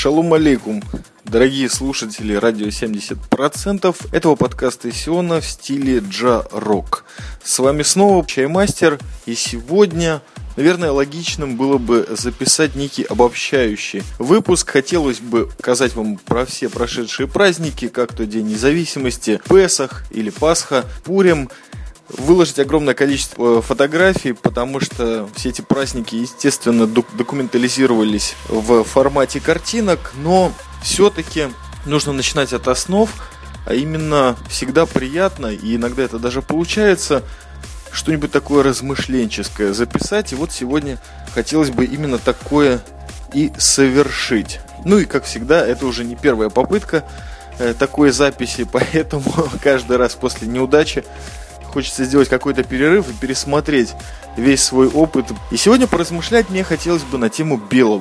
Шалом алейкум, дорогие слушатели радио 70% этого подкаста Исиона в стиле джа-рок. С вами снова Чаймастер, и сегодня, наверное, логичным было бы записать некий обобщающий выпуск. Хотелось бы сказать вам про все прошедшие праздники, как то День независимости, Песах или Пасха, Пурим. Выложить огромное количество фотографий, потому что все эти праздники, естественно, документализировались в формате картинок, но все-таки нужно начинать от основ, а именно всегда приятно, и иногда это даже получается, что-нибудь такое размышленческое записать. И вот сегодня хотелось бы именно такое и совершить. Ну и, как всегда, это уже не первая попытка такой записи, поэтому каждый раз после неудачи хочется сделать какой-то перерыв и пересмотреть весь свой опыт. И сегодня поразмышлять мне хотелось бы на тему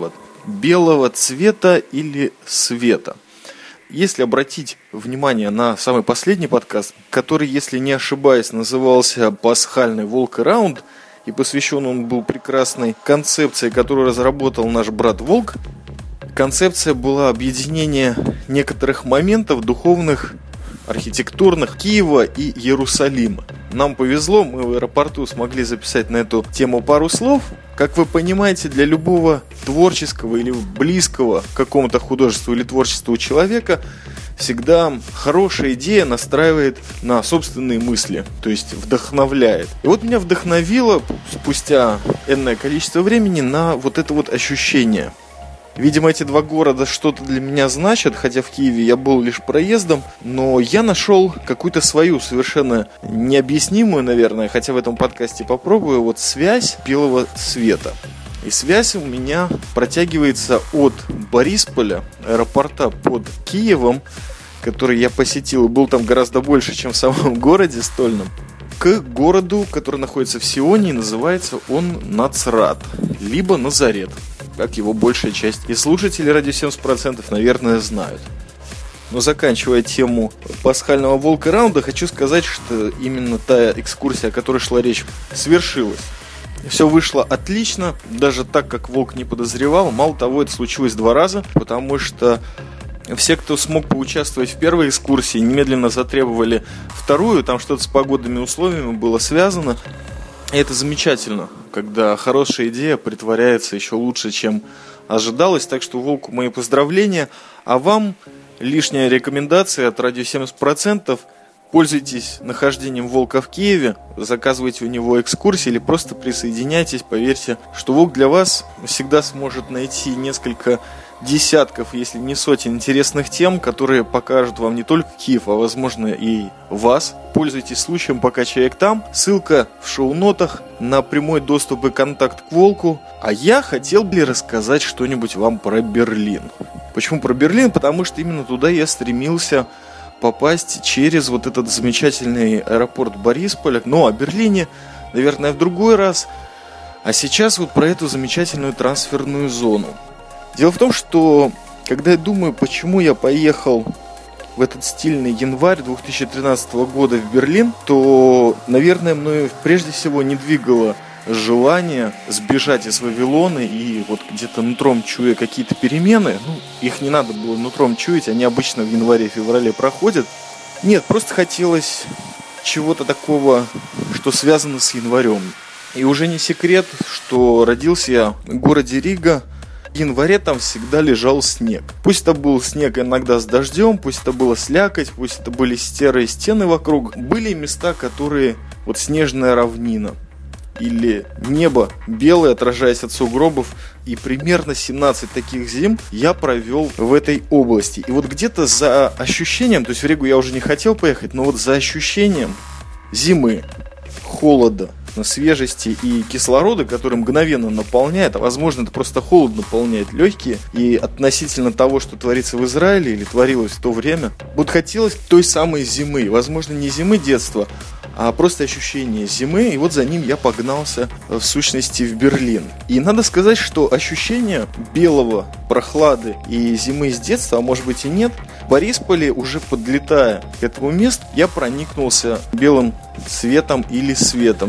белого цвета или света. Если обратить внимание на самый последний подкаст, который, если не ошибаюсь, назывался «Пасхальный волк-раунд», и посвящен он был прекрасной концепции, которую разработал наш брат Волк. Концепция была объединение некоторых моментов духовных, архитектурных Киева и Иерусалима. Нам повезло, мы в аэропорту смогли записать на эту тему пару слов. Как вы понимаете, для любого творческого или близкого к какому-то художеству или творчеству человека всегда хорошая идея настраивает на собственные мысли, то есть вдохновляет. И вот меня вдохновило спустя энное количество времени на вот это вот ощущение. Видимо, эти два города что-то для меня значат, хотя в Киеве я был лишь проездом, но я нашел какую-то свою совершенно необъяснимую, наверное, хотя в этом подкасте попробую, вот связь белого цвета. И связь у меня протягивается от Борисполя, аэропорта под Киевом, который я посетил, и был там гораздо больше, чем в самом городе стольном, к городу, который находится в Сионе, и называется он Нацрат, либо Назарет, как его большая часть и слушатели радио 70%, наверное, знают. Но заканчивая тему пасхального волка-раунда, хочу сказать, что именно та экскурсия, о которой шла речь, свершилась. Все вышло отлично, даже так, как Волк не подозревал. Мало того, это случилось 2 раза, потому что все, кто смог поучаствовать в первой экскурсии, немедленно затребовали вторую. Там что-то с погодными условиями было связано. И это замечательно, когда хорошая идея притворяется еще лучше, чем ожидалось. Так что Волку мои поздравления. А вам лишняя рекомендация от радио 70%. Пользуйтесь нахождением Волка в Киеве, заказывайте у него экскурсии или просто присоединяйтесь. Поверьте, что Волк для вас всегда сможет найти несколько десятков, если не сотен интересных тем, которые покажут вам не только Киев, а возможно и вас. Пользуйтесь случаем, пока человек там. Ссылка в шоу-нотах на прямой доступ и контакт к Волку. А я хотел бы рассказать что-нибудь вам про Берлин. Почему про Берлин? Потому что именно туда я стремился попасть через вот этот замечательный аэропорт Борисполя. Но о Берлине, наверное, в другой раз. А сейчас вот про эту замечательную трансферную зону. Дело в том, что когда я думаю, почему я поехал в этот стильный январь 2013 года в Берлин, то, наверное, мною прежде всего не двигало желание сбежать из Вавилона и вот где-то нутром чуя какие-то перемены. Их не надо было нутром чуять, они обычно в январе-феврале проходят. Нет, просто хотелось чего-то такого, что связано с январем. И уже не секрет, что родился я в городе Рига. В январе там всегда лежал снег. Пусть это был снег иногда с дождем, пусть это была слякоть, пусть это были серые стены вокруг. Были места, которые вот снежная равнина или небо белое, отражаясь от сугробов. И примерно 17 таких зим я провел в этой области. И вот где-то за ощущением, то есть в Ригу я уже не хотел поехать, но вот за ощущением зимы, холода, свежести и кислорода, который мгновенно наполняет, а возможно это просто холод наполняет легкие, и относительно того, что творится в Израиле или творилось в то время, вот хотелось той самой зимы, возможно не зимы детства, а просто ощущение зимы, и вот за ним я погнался в сущности в Берлин. И надо сказать, что ощущение белого, прохлады и зимы с детства, а может быть и нет, в Борисполе, уже подлетая к этому месту, я проникнулся белым цветом или светом.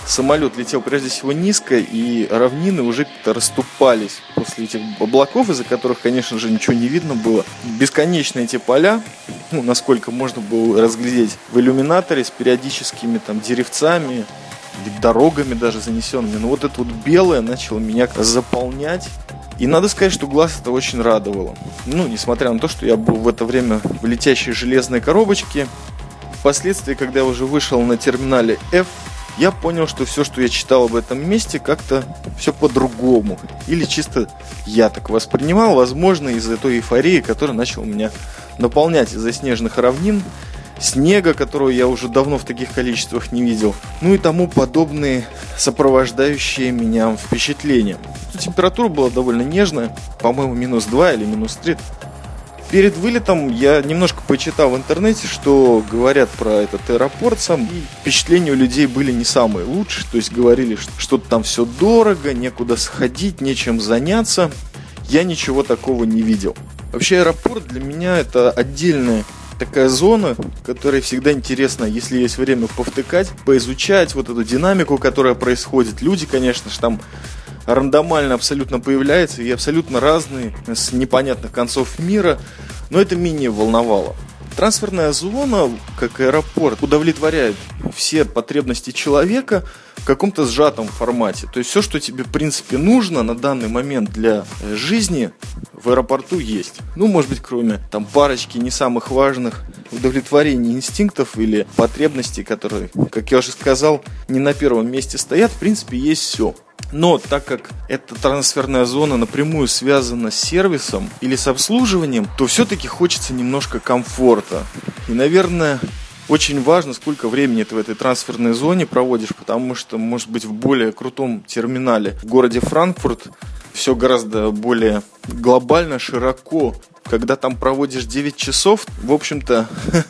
самолет летел прежде всего низко, и равнины уже как-то расступались после этих облаков, из-за которых, конечно же, ничего не видно было. Бесконечные эти поля, насколько можно было разглядеть в иллюминаторе, с периодическими там деревцами, дорогами даже занесенными. Но вот это вот белое начало меня заполнять. И надо сказать, что глаз это очень радовало. Несмотря на то, что я был в это время в летящей железной коробочке. Впоследствии, когда я уже вышел на терминале F, я понял, что все, что я читал об этом месте, как-то все по-другому. Или чисто я так воспринимал, возможно, из-за той эйфории, которая начала меня наполнять из-за снежных равнин, снега, которого я уже давно в таких количествах не видел, и тому подобные сопровождающие меня впечатления. Температура была довольно нежная, по-моему, -2 или -3. Перед вылетом я немножко почитал в интернете, что говорят про этот аэропорт сам, и впечатления у людей были не самые лучшие, то есть говорили, что что-то там все дорого, некуда сходить, нечем заняться. Я ничего такого не видел. Вообще аэропорт для меня это отдельная такая зона, которая всегда интересна, если есть время повтыкать, поизучать вот эту динамику, которая происходит. Люди, конечно же, там рандомально абсолютно появляются и абсолютно разные, с непонятных концов мира, но это менее волновало. Трансферная зона, как аэропорт, удовлетворяет все потребности человека в каком-то сжатом формате. То есть все, что тебе в принципе нужно на данный момент для жизни, в аэропорту есть. Может быть, кроме там парочки не самых важных удовлетворений инстинктов или потребностей, которые, как я уже сказал, не на первом месте стоят, в принципе, есть все. Но так как эта трансферная зона напрямую связана с сервисом или с обслуживанием, то все-таки хочется немножко комфорта. И, наверное, очень важно, сколько времени ты в этой трансферной зоне проводишь, потому что, может быть, в более крутом терминале в городе Франкфурт все гораздо более глобально, широко. Когда там проводишь 9 часов, в общем-то,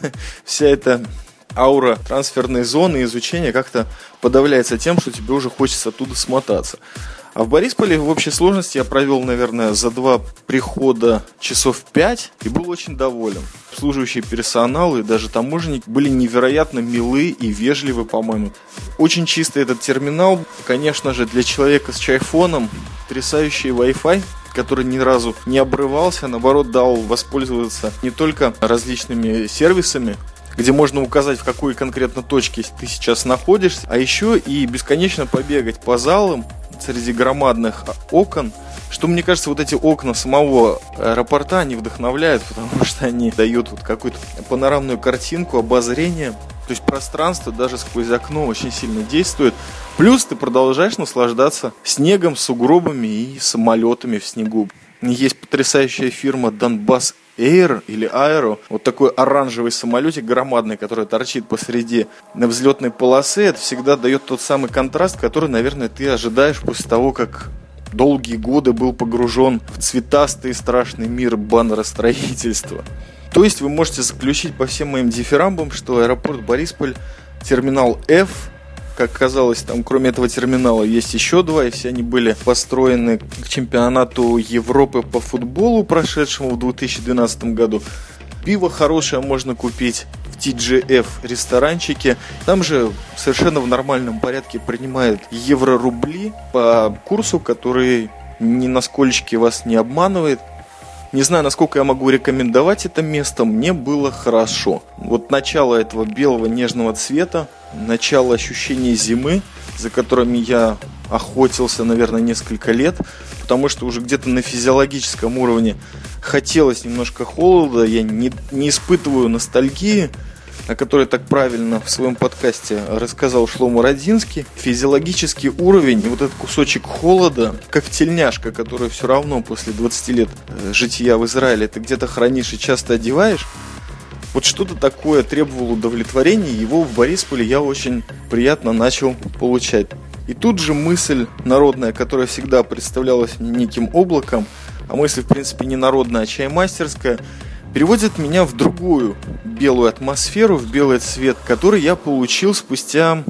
вся эта аура трансферной зоны, изучения как-то подавляется тем, что тебе уже хочется оттуда смотаться. А в Борисполе в общей сложности я провел, наверное, за 2 прихода часов 5 и был очень доволен. Обслуживающий персонал и даже таможенники были невероятно милы и вежливы, по-моему. Очень чистый этот терминал. Конечно же, для человека с чайфоном потрясающий Wi-Fi, который ни разу не обрывался, наоборот, дал воспользоваться не только различными сервисами, где можно указать, в какой конкретно точке ты сейчас находишься, а еще и бесконечно побегать по залам среди громадных окон, что, мне кажется, вот эти окна самого аэропорта, они вдохновляют, потому что они дают вот какую-то панорамную картинку, обозрение, то есть пространство даже сквозь окно очень сильно действует. Плюс ты продолжаешь наслаждаться снегом, сугробами и самолетами в снегу. Есть потрясающая фирма Donbass Air или Aero, вот такой оранжевый самолетик громадный, который торчит посреди взлетной полосы. Это всегда дает тот самый контраст, который, наверное, ты ожидаешь после того, как долгие годы был погружен в цветастый и страшный мир баннеростроительства. То есть вы можете заключить по всем моим дифирамбам, что аэропорт Борисполь, терминал F, как казалось, там кроме этого терминала есть еще 2, и все они были построены к чемпионату Европы по футболу, прошедшему в 2012 году. Пиво хорошее можно купить в TGF ресторанчике. Там же совершенно в нормальном порядке принимают евро-рубли по курсу, который ни на сколечки вас не обманывает. Не знаю, насколько я могу рекомендовать это место, мне было хорошо. Вот начало этого белого нежного цвета, начало ощущения зимы, за которыми я охотился, наверное, несколько лет, потому что уже где-то на физиологическом уровне хотелось немножко холода, я не испытываю ностальгии, о которой так правильно в своем подкасте рассказал Шломо Родзинский. Физиологический уровень и вот этот кусочек холода, как тельняшка, которую все равно после 20 лет жития в Израиле ты где-то хранишь и часто одеваешь, вот что-то такое требовало удовлетворения, его в Борисполе я очень приятно начал получать. И тут же мысль народная, которая всегда представлялась мне неким облаком, а мысль в принципе не народная, а чаймастерская, переводит меня в другую белую атмосферу, в белый цвет, который я получил спустя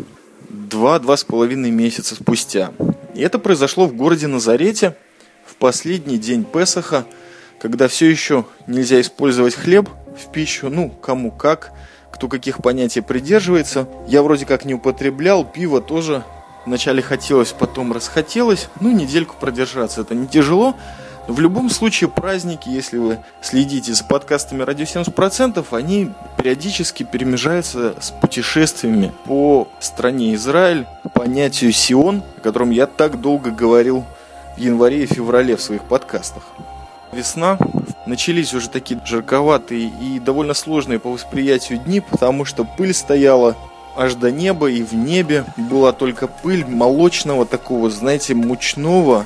2-2,5 месяца спустя. И это произошло в городе Назарете в последний день Песаха, когда все еще нельзя использовать хлеб в пищу, кому как, кто каких понятий придерживается. Я вроде как не употреблял, пиво тоже Вначале хотелось, потом расхотелось. Недельку продержаться это не тяжело. В любом случае, праздники, если вы следите за подкастами «Радио 70%», они периодически перемежаются с путешествиями по стране Израиль, по понятию Сион, о котором я так долго говорил в январе и феврале в своих подкастах. Весна, начались уже такие жарковатые и довольно сложные по восприятию дни, потому что пыль стояла аж до неба, и в небе была только пыль молочного такого, знаете, мучного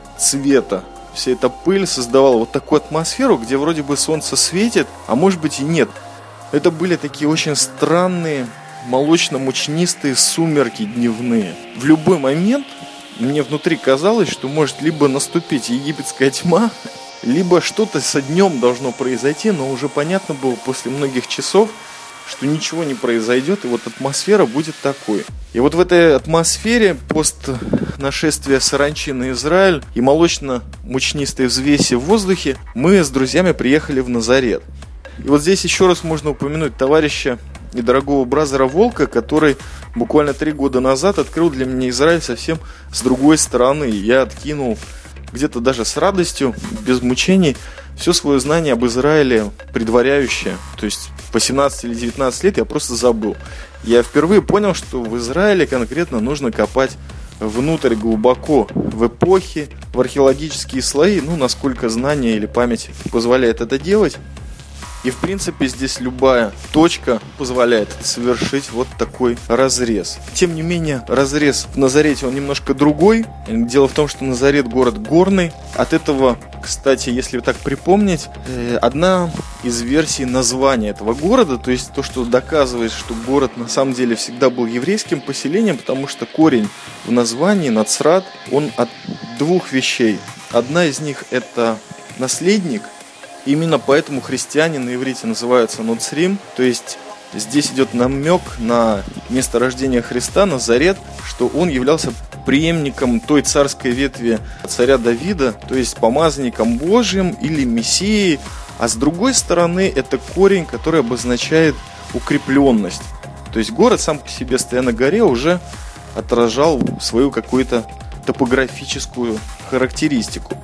цвета. Вся эта пыль создавала вот такую атмосферу, где вроде бы солнце светит, а может быть и нет. Это были такие очень странные, молочно-мучнистые сумерки дневные. В любой момент мне внутри казалось, что может либо наступить египетская тьма, либо что-то со днем должно произойти, но уже понятно было после многих часов, что ничего не произойдет, и вот атмосфера будет такой. И вот в этой атмосфере постнашествия саранчи на Израиль и молочно-мучнистой взвеси в воздухе мы с друзьями приехали в Назарет. И вот здесь еще раз можно упомянуть товарища и дорогого бразера Волка, который буквально 3 года назад открыл для меня Израиль совсем с другой стороны. Я откинул где-то даже с радостью, без мучений, все свое знание об Израиле предваряющее. То есть по 17 или 19 лет я просто забыл. Я впервые понял, что в Израиле конкретно нужно копать внутрь глубоко, в эпохи, в археологические слои, насколько знания или память позволяет это делать. И в принципе здесь любая точка позволяет совершить вот такой разрез. Тем не менее, разрез в Назарете он немножко другой. Дело в том, что Назарет город горный. От этого, кстати, если так припомнить, одна из версий названия этого города, то есть то, что доказывает, что город на самом деле всегда был еврейским поселением, потому что корень в названии Нацрат, он от 2 вещей. Одна из них это наследник. Именно поэтому христиане на иврите называются Ноцрим, то есть здесь идет намек на место рождения Христа, Назарет, что он являлся преемником той царской ветви царя Давида, то есть помазанником Божьим или Мессией, а с другой стороны это корень, который обозначает укрепленность. То есть город сам по себе, стоя на горе, уже отражал свою какую-то топографическую характеристику.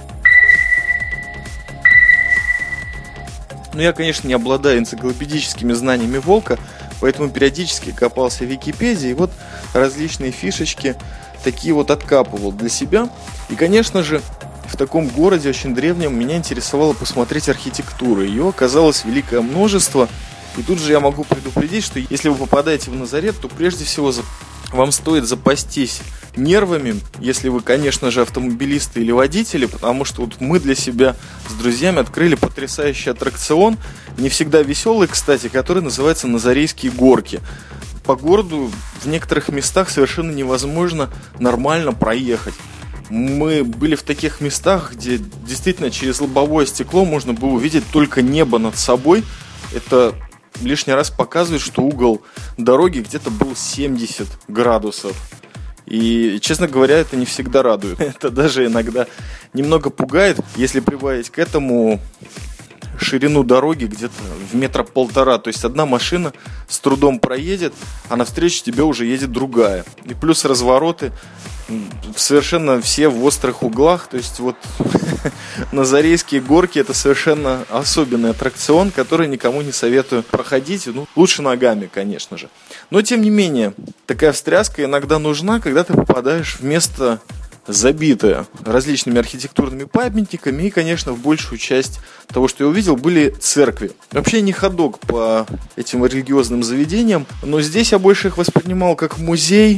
Я, конечно, не обладаю энциклопедическими знаниями Волка, поэтому периодически копался в Википедии и вот различные фишечки такие вот откапывал для себя. И, конечно же, в таком городе очень древнем меня интересовало посмотреть архитектуру. Ее оказалось великое множество. И тут же я могу предупредить, что если вы попадаете в Назарет, то прежде всего вам стоит запастись нервами, если вы, конечно же, автомобилисты или водители, потому что вот мы для себя с друзьями открыли потрясающий аттракцион, не всегда веселый, кстати, который называется Назарейские горки. По городу в некоторых местах совершенно невозможно нормально проехать. Мы были в таких местах, где действительно через лобовое стекло можно было увидеть только небо над собой. Это лишний раз показывает, что угол дороги где-то был 70 градусов. И, честно говоря, это не всегда радует. Это даже иногда немного пугает, если прибавить к этому ширину дороги где-то в 1,5 метра. То есть одна машина с трудом проедет, а навстречу тебе уже едет другая. И плюс развороты совершенно все в острых углах. То есть вот Назарейские горки — это совершенно особенный аттракцион, который никому не советую проходить. Лучше ногами, конечно же. Но тем не менее, такая встряска иногда нужна, когда ты попадаешь в место забитое различными архитектурными памятниками. И, конечно, в большую часть того, что я увидел, были церкви. Вообще не ходок по этим религиозным заведениям, но здесь я больше их воспринимал как музей.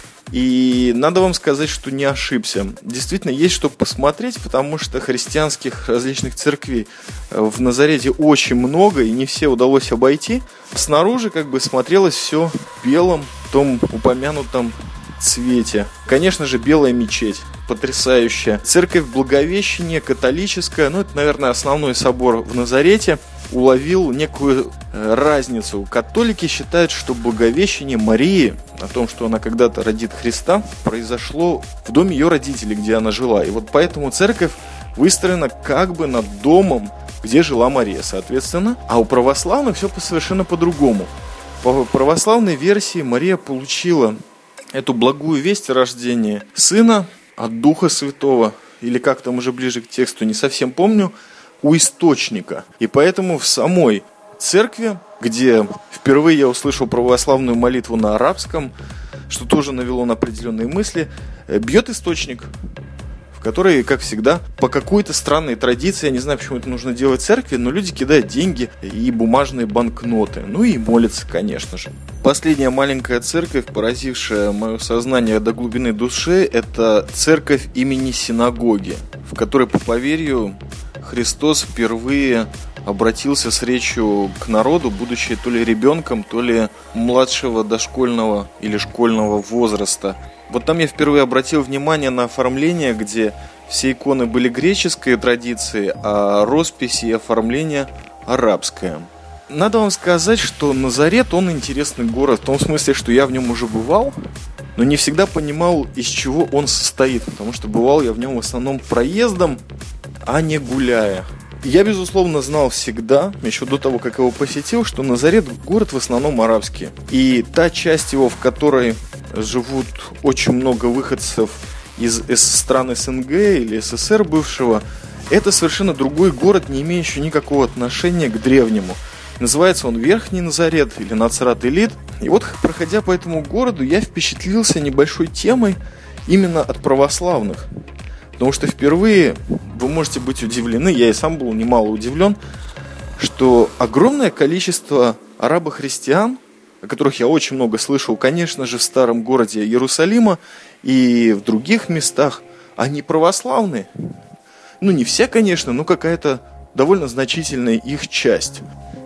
И надо вам сказать, что не ошибся. Действительно, есть что посмотреть, потому что христианских различных церквей в Назарете очень много, и не все удалось обойти. Снаружи смотрелось все в белом, том упомянутом цвете. Конечно же, белая мечеть, потрясающая. Церковь Благовещения, католическая, это, наверное, основной собор в Назарете, уловил некую разницу. Католики считают, что Благовещение Марии, о том, что она когда-то родит Христа, произошло в доме ее родителей, где она жила. И вот поэтому церковь выстроена над домом, где жила Мария, соответственно. А у православных все совершенно по-другому. По православной версии Мария получила эту благую весть о рождении Сына от Духа Святого, или как там уже ближе к тексту, не совсем помню, у источника. И поэтому в самой церкви, где впервые я услышал православную молитву на арабском, что тоже навело на определенные мысли, бьет источник, в который, как всегда, по какой-то странной традиции, я не знаю, почему это нужно делать в церкви, но люди кидают деньги и бумажные банкноты. Ну и молятся, конечно же. Последняя маленькая церковь, поразившая мое сознание до глубины души, это церковь имени Синагоги, в которой, по поверью, Христос впервые обратился с речью к народу, будучи то ли ребенком, то ли младшего дошкольного или школьного возраста. Вот там я впервые обратил внимание на оформление, где все иконы были греческой традиции, а роспись и оформление арабское. Надо вам сказать, что Назарет, он интересный город, в том смысле, что я в нем уже бывал, но не всегда понимал, из чего он состоит, потому что бывал я в нем в основном проездом, а не гуляя. Я, безусловно, знал всегда, еще до того, как его посетил, что Назарет город в основном арабский. И та часть его, в которой живут очень много выходцев из стран СНГ или СССР бывшего, это совершенно другой город, не имеющий никакого отношения к древнему. Называется он Верхний Назарет или Нацрат-Илит. И вот, проходя по этому городу, я впечатлился небольшой темой именно от православных. Потому что впервые вы можете быть удивлены, я и сам был немало удивлен, что огромное количество арабо-христиан, о которых я очень много слышал, конечно же, в старом городе Иерусалима и в других местах, они православные. Ну, не все, конечно, но какая-то довольно значительная их часть.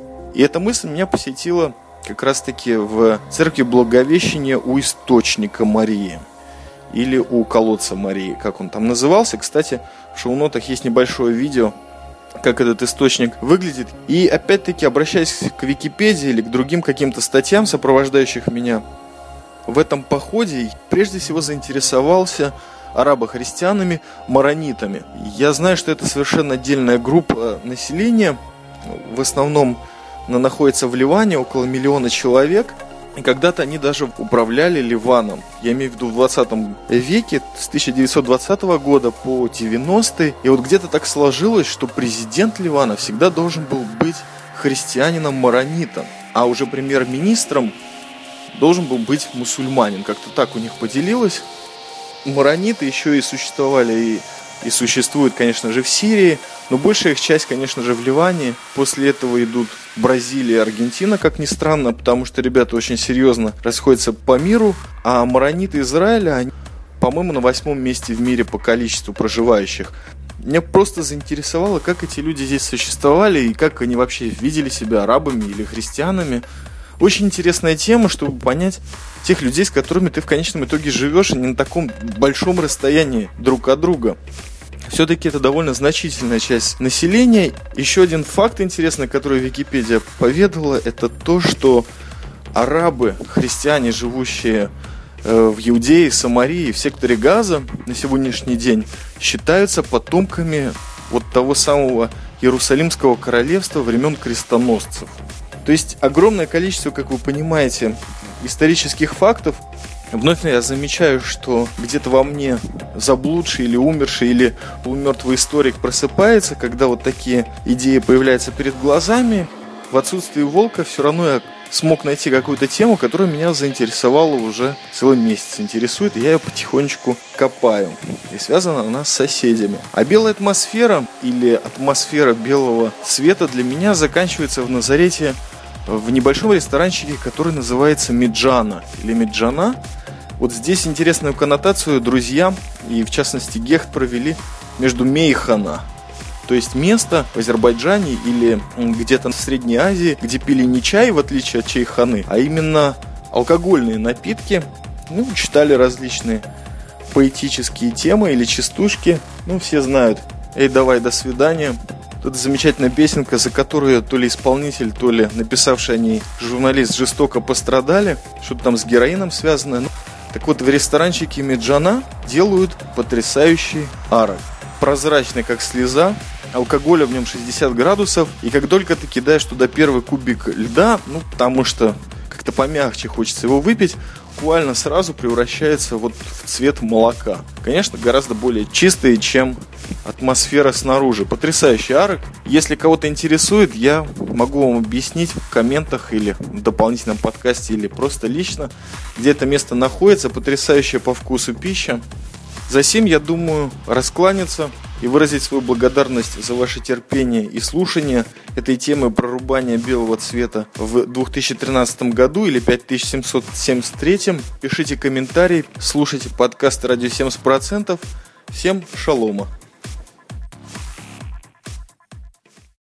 И эта мысль меня посетила как раз-таки в церкви Благовещения у источника Марии. Или у колодца Марии, как он там назывался. Кстати, в шоу-нотах есть небольшое видео, как этот источник выглядит. И опять-таки, обращаясь к Википедии или к другим каким-то статьям, сопровождающих меня в этом походе, прежде всего заинтересовался арабо-христианами, маронитами. Я знаю, что это совершенно отдельная группа населения. В основном она находится в Ливане, около 1 миллиона человек. И когда-то они даже управляли Ливаном. Я имею в виду в 20 веке, с 1920 года по 90-е. И вот где-то так сложилось, что президент Ливана всегда должен был быть христианином-маронитом. А уже премьер-министром должен был быть мусульманин. Как-то так у них поделилось. Марониты еще и существовали и существуют, конечно же, в Сирии. Но большая их часть, конечно же, в Ливане. После этого идут Бразилия и Аргентина, как ни странно, потому что ребята очень серьезно расходятся по миру. А марониты Израиля, они, по-моему, на 8-м месте в мире по количеству проживающих. Меня просто заинтересовало, как эти люди здесь существовали и как они вообще видели себя арабами или христианами. Очень интересная тема, чтобы понять тех людей, с которыми ты в конечном итоге живешь, и не на таком большом расстоянии друг от друга. Все-таки это довольно значительная часть населения. Еще один факт интересный, который Википедия поведала, это то, что арабы, христиане, живущие в Иудее, Самарии, в секторе Газа на сегодняшний день считаются потомками вот того самого Иерусалимского королевства времен крестоносцев. То есть огромное количество, как вы понимаете, исторических фактов. Вновь я замечаю, что где-то во мне заблудший или умерший, или полумертвый историк просыпается, когда вот такие идеи появляются перед глазами. В отсутствии волка все равно я смог найти какую-то тему, которая меня заинтересовала уже целый месяц. Интересует, и я ее потихонечку копаю. И связана она с соседями. А белая атмосфера или атмосфера белого цвета для меня заканчивается в Назарете в небольшом ресторанчике, который называется Меджана или Меджана. Вот здесь интересную коннотацию друзья, и в частности Гехт, провели между Мейхана, то есть место в Азербайджане или где-то в Средней Азии, где пили не чай, в отличие от чайханы, а именно алкогольные напитки, читали различные поэтические темы или частушки, все знают «Эй, давай, до свидания». Это замечательная песенка, за которую то ли исполнитель, то ли написавший о ней журналист жестоко пострадали. Что-то там с героином связано. Так вот, в ресторанчике Меджана делают потрясающий арак. Прозрачный, как слеза. Алкоголя в нем 60 градусов. И как только ты кидаешь туда первый кубик льда, потому что как-то помягче хочется его выпить, буквально сразу превращается вот в цвет молока. Конечно, гораздо более чистые, чем атмосфера снаружи. Потрясающий арок. Если кого-то интересует, я могу вам объяснить в комментах или в дополнительном подкасте, или просто лично, где это место находится. Потрясающая по вкусу пища. Засим, я думаю, раскланяться и выразить свою благодарность за ваше терпение и слушание этой темы прорубания белого цвета в 2013 году или 5773. Пишите комментарии, слушайте подкасты «Радио 70%». Всем шалома!